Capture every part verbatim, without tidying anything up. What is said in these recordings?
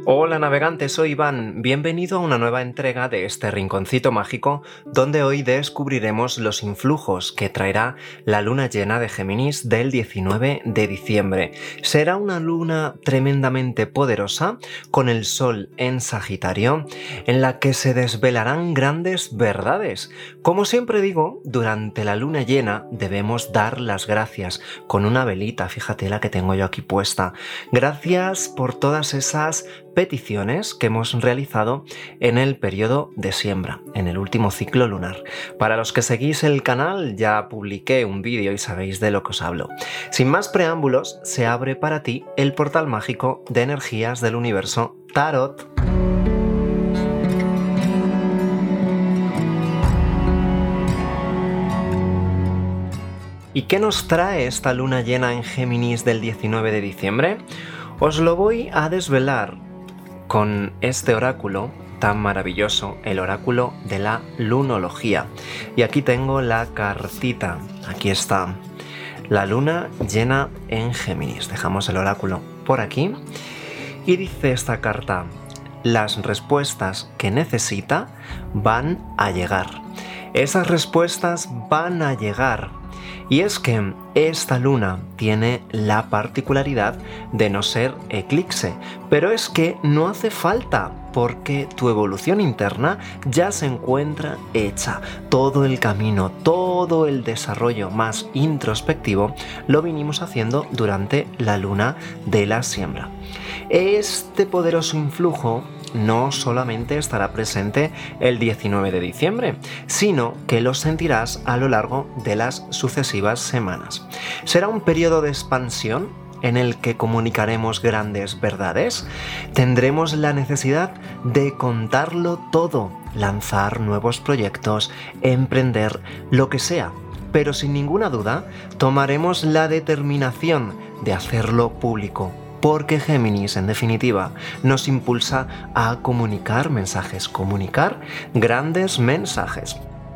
Hola navegantes, soy Iván, bienvenido a una nueva entrega de este rinconcito mágico donde hoy descubriremos los influjos que traerá la luna llena de Géminis del diecinueve de diciembre. Será una luna tremendamente poderosa con el sol en Sagitario en la que se desvelarán grandes verdades. Como siempre digo, durante la luna llena debemos dar las gracias con una velita, fíjate la que tengo yo aquí puesta. Gracias por todas esas peticiones que hemos realizado en el periodo de siembra, en el último ciclo lunar. Para los que seguís el canal ya publiqué un vídeo y sabéis de lo que os hablo. Sin más preámbulos, se abre para ti el portal mágico de energías del universo Tarot. ¿Y qué nos trae esta luna llena en Géminis del diecinueve de diciembre? Os lo voy a desvelar con este oráculo tan maravilloso, el oráculo de la lunología. Y aquí tengo la cartita, aquí está, la luna llena en Géminis. Dejamos el oráculo por aquí y dice esta carta: las respuestas que necesita van a llegar. Esas respuestas van a llegar. Y es que esta luna tiene la particularidad de no ser eclipse, pero es que no hace falta porque tu evolución interna ya se encuentra hecha. Todo el camino, todo el desarrollo más introspectivo lo vinimos haciendo durante la luna de la siembra. Este poderoso influjo no solamente estará presente el diecinueve de diciembre, sino que lo sentirás a lo largo de las sucesivas semanas. Será un periodo de expansión en el que comunicaremos grandes verdades. Tendremos la necesidad de contarlo todo, lanzar nuevos proyectos, emprender lo que sea. Pero sin ninguna duda, tomaremos la determinación de hacerlo público. Porque Géminis, en definitiva, nos impulsa a comunicar mensajes, comunicar grandes mensajes.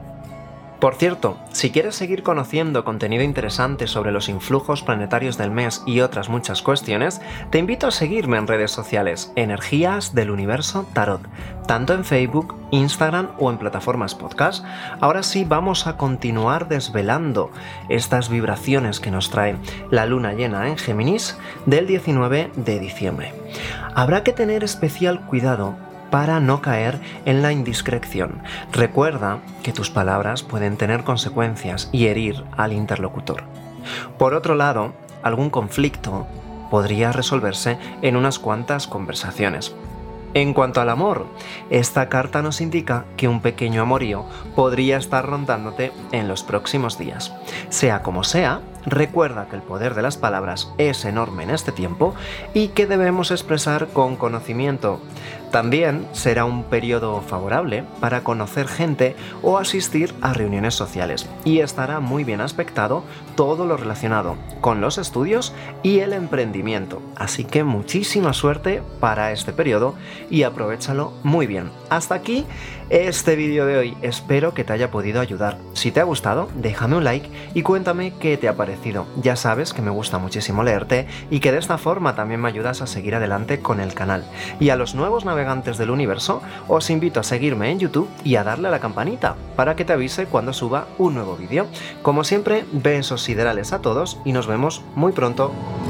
Por cierto, si quieres seguir conociendo contenido interesante sobre los influjos planetarios del mes y otras muchas cuestiones, te invito a seguirme en redes sociales, Energías del Universo Tarot, tanto en Facebook, Instagram o en plataformas podcast. Ahora sí vamos a continuar desvelando estas vibraciones que nos trae la luna llena en Géminis del diecinueve de diciembre. Habrá que tener especial cuidado para no caer en la indiscreción. Recuerda que tus palabras pueden tener consecuencias y herir al interlocutor. Por otro lado, algún conflicto podría resolverse en unas cuantas conversaciones. En cuanto al amor, esta carta nos indica que un pequeño amorío podría estar rondándote en los próximos días. Sea como sea, recuerda que el poder de las palabras es enorme en este tiempo y que debemos expresar con conocimiento. También será un periodo favorable para conocer gente o asistir a reuniones sociales y estará muy bien aspectado todo lo relacionado con los estudios y el emprendimiento. Así que muchísima suerte para este periodo y aprovéchalo muy bien. Hasta aquí este vídeo de hoy, espero que te haya podido ayudar. Si te ha gustado, déjame un like y cuéntame qué te ha parecido. Ya sabes que me gusta muchísimo leerte y que de esta forma también me ayudas a seguir adelante con el canal. Y a los nuevos navegantes del universo, os invito a seguirme en YouTube y a darle a la campanita para que te avise cuando suba un nuevo vídeo. Como siempre, besos siderales a todos y nos vemos muy pronto.